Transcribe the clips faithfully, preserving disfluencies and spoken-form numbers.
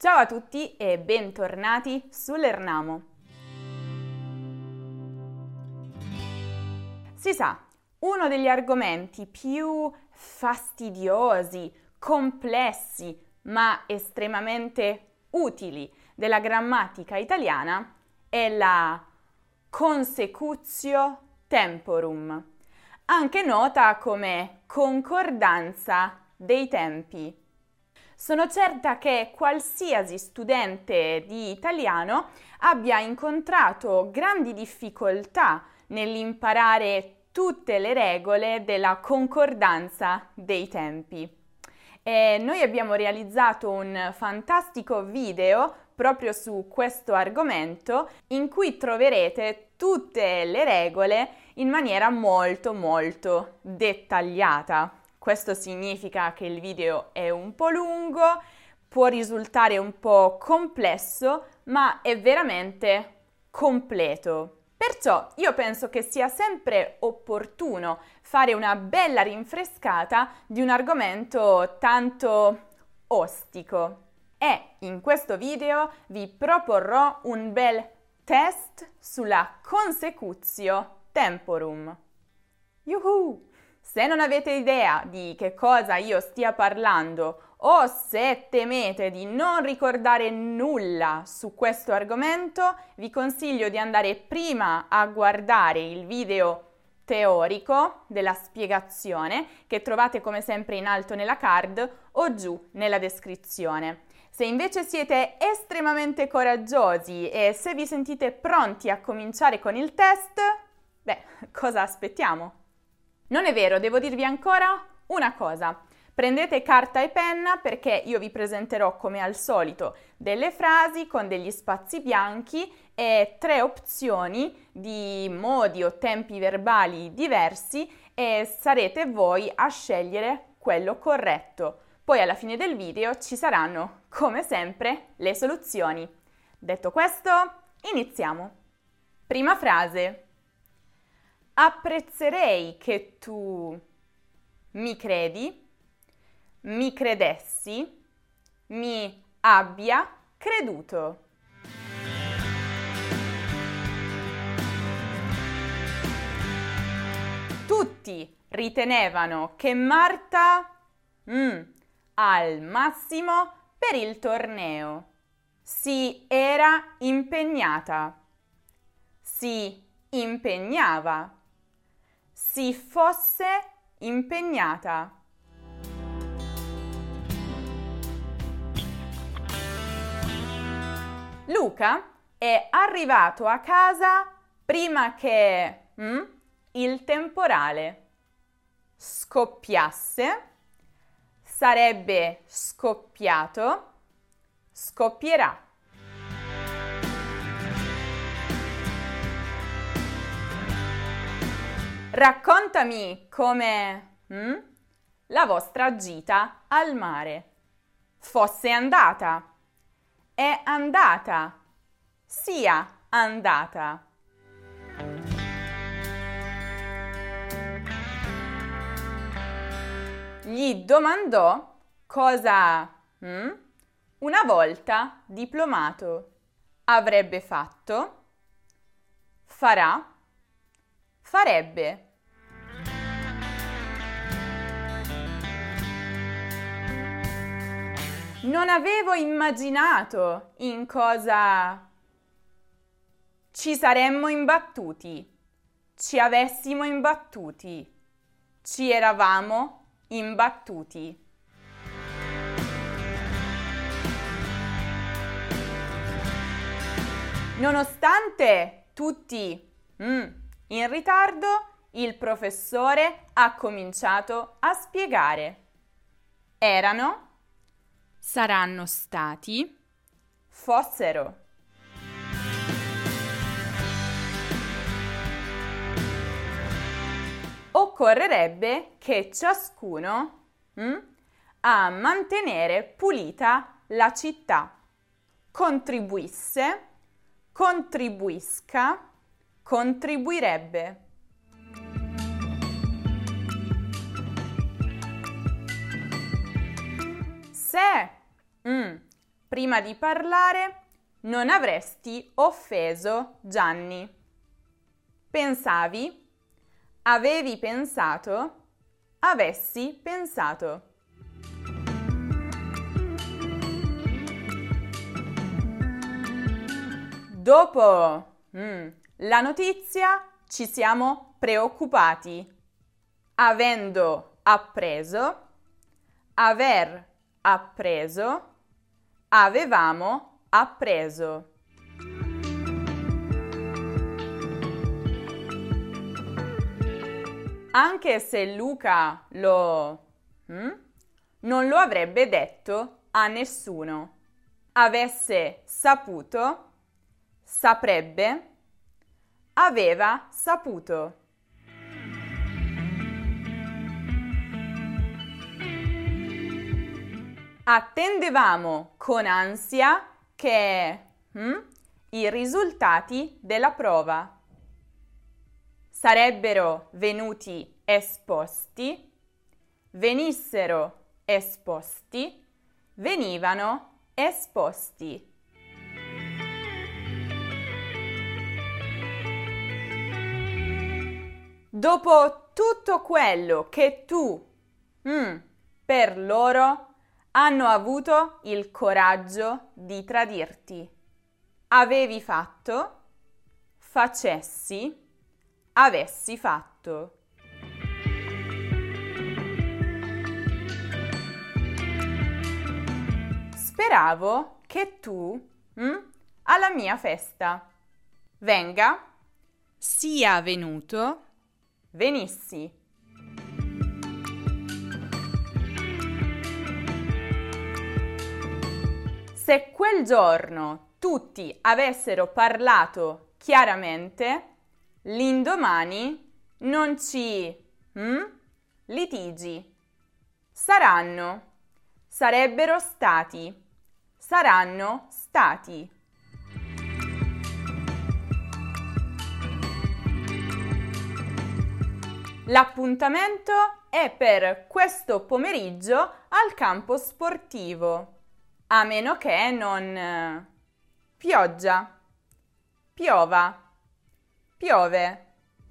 Ciao a tutti e bentornati sull'Ernamo. Si sa, uno degli argomenti più fastidiosi, complessi, ma estremamente utili della grammatica italiana è la consecutio temporum, anche nota come concordanza dei tempi. Sono certa che qualsiasi studente di italiano abbia incontrato grandi difficoltà nell'imparare tutte le regole della concordanza dei tempi. E noi abbiamo realizzato un fantastico video proprio su questo argomento in cui troverete tutte le regole in maniera molto molto dettagliata. Questo significa che il video è un po' lungo, può risultare un po' complesso, ma è veramente completo. Perciò io penso che sia sempre opportuno fare una bella rinfrescata di un argomento tanto ostico. E in questo video vi proporrò un bel test sulla consecutio temporum. Yuhu! Se non avete idea di che cosa io stia parlando o se temete di non ricordare nulla su questo argomento, vi consiglio di andare prima a guardare il video teorico della spiegazione che trovate come sempre in alto nella card o giù nella descrizione. Se invece siete estremamente coraggiosi e se vi sentite pronti a cominciare con il test, beh, cosa aspettiamo? Non è vero, devo dirvi ancora una cosa. Prendete carta e penna perché io vi presenterò come al solito delle frasi con degli spazi bianchi e tre opzioni di modi o tempi verbali diversi e sarete voi a scegliere quello corretto. Poi alla fine del video ci saranno, come sempre, le soluzioni. Detto questo, iniziamo. Prima frase. Apprezzerei che tu mi credi, mi credessi, mi abbia creduto. Tutti ritenevano che Marta mm, al massimo per il torneo si era impegnata, si impegnava, si fosse impegnata. Luca è arrivato a casa prima che mm, il temporale scoppiasse, sarebbe scoppiato, scoppierà. Raccontami come mm, la vostra gita al mare fosse andata, è andata, sia andata. Gli domandò cosa mm, una volta diplomato avrebbe fatto, farà, farebbe. Non avevo immaginato in cosa ci saremmo imbattuti, ci avessimo imbattuti, ci eravamo imbattuti. Nonostante tutti mm, in ritardo, il professore ha cominciato a spiegare. Erano, saranno stati, fossero. Occorrerebbe che ciascuno mm, a mantenere pulita la città contribuisse, contribuisca, contribuirebbe. Se mm, prima di parlare, non avresti offeso Gianni. Pensavi, avevi pensato, avessi pensato. Dopo mm, la notizia ci siamo preoccupati. Avendo appreso, aver appreso, avevamo appreso. Anche se Luca lo mm, non lo avrebbe detto a nessuno. Avesse saputo, saprebbe, aveva saputo. Attendevamo con ansia che hm, i risultati della prova sarebbero venuti esposti, venissero esposti, venivano esposti. Dopo tutto quello che tu, mm, per loro, hanno avuto il coraggio di tradirti. Avevi fatto, facessi, avessi fatto. Speravo che tu, mm, alla mia festa, venga, sia venuto, venissi. Se quel giorno tutti avessero parlato chiaramente, l'indomani non ci hm, litigi. Saranno, sarebbero stati, saranno stati. L'appuntamento è per questo pomeriggio al campo sportivo. A meno che non eh, pioggia, piova, piove.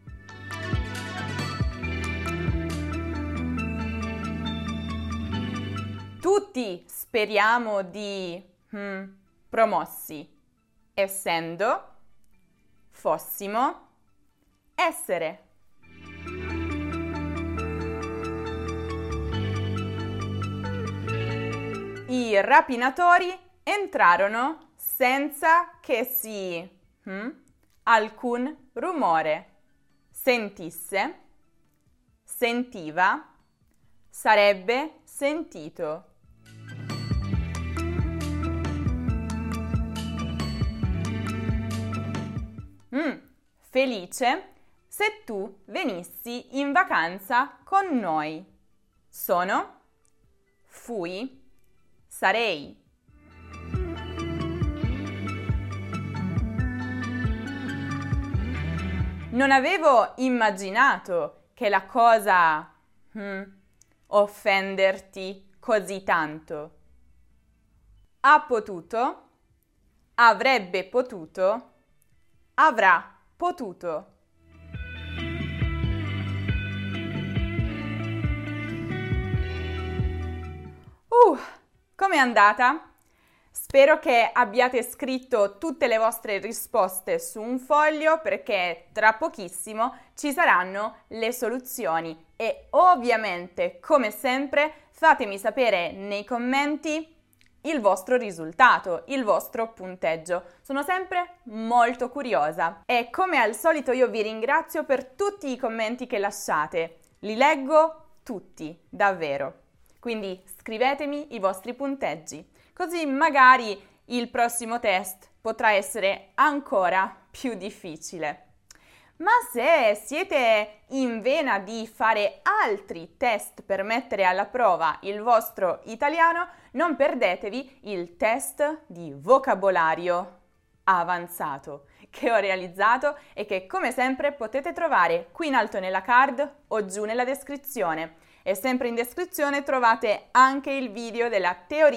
Tutti speriamo di hmm, promossi, essendo, fossimo, essere. I rapinatori entrarono senza che si hm, alcun rumore sentisse, sentiva, sarebbe sentito. Mm, felice se tu venissi in vacanza con noi. Sono, fui, sarei. Non avevo immaginato che la cosa hmm, offenderti così tanto. Ha potuto, avrebbe potuto, avrà potuto. Uh, com'è andata? Spero che abbiate scritto tutte le vostre risposte su un foglio perché tra pochissimo ci saranno le soluzioni e ovviamente, come sempre, fatemi sapere nei commenti il vostro risultato, il vostro punteggio. Sono sempre molto curiosa e come al solito io vi ringrazio per tutti i commenti che lasciate. Li leggo tutti, davvero. Quindi scrivetemi i vostri punteggi. Così magari il prossimo test potrà essere ancora più difficile. Ma se siete in vena di fare altri test per mettere alla prova il vostro italiano, non perdetevi il test di vocabolario avanzato che ho realizzato e che come sempre potete trovare qui in alto nella card o giù nella descrizione. E sempre in descrizione trovate anche il video della teoria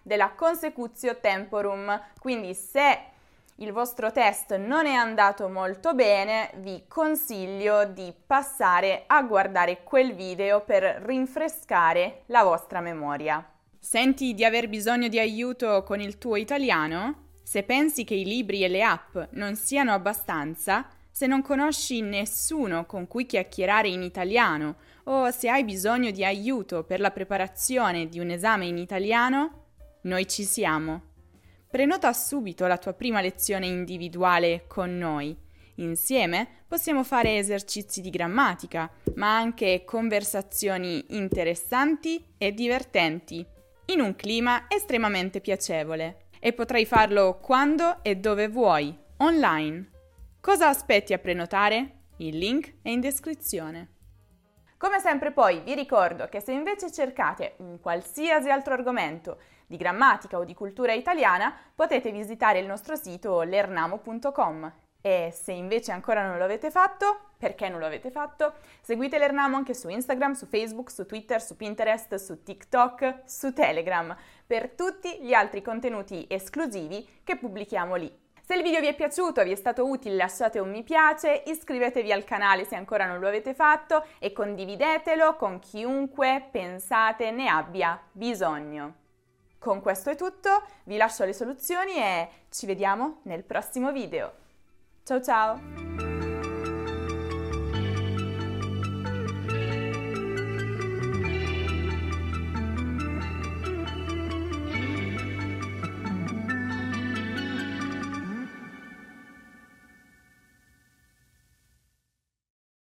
della consecutio temporum, quindi se il vostro test non è andato molto bene, vi consiglio di passare a guardare quel video per rinfrescare la vostra memoria. Senti di aver bisogno di aiuto con il tuo italiano? Se pensi che i libri e le app non siano abbastanza, se non conosci nessuno con cui chiacchierare in italiano o se hai bisogno di aiuto per la preparazione di un esame in italiano, noi ci siamo. Prenota subito la tua prima lezione individuale con noi. Insieme possiamo fare esercizi di grammatica, ma anche conversazioni interessanti e divertenti, in un clima estremamente piacevole. E potrai farlo quando e dove vuoi, online. Cosa aspetti a prenotare? Il link è in descrizione. Come sempre poi vi ricordo che se invece cercate un qualsiasi altro argomento di grammatica o di cultura italiana, potete visitare il nostro sito lernamo punto com. E se invece ancora non lo avete fatto, perché non lo avete fatto? Seguite Lernamo anche su Instagram, su Facebook, su Twitter, su Pinterest, su TikTok, su Telegram, per tutti gli altri contenuti esclusivi che pubblichiamo lì. Se il video vi è piaciuto, vi è stato utile, lasciate un mi piace, iscrivetevi al canale se ancora non lo avete fatto e condividetelo con chiunque pensate ne abbia bisogno. Con questo è tutto, vi lascio le soluzioni e ci vediamo nel prossimo video. Ciao ciao!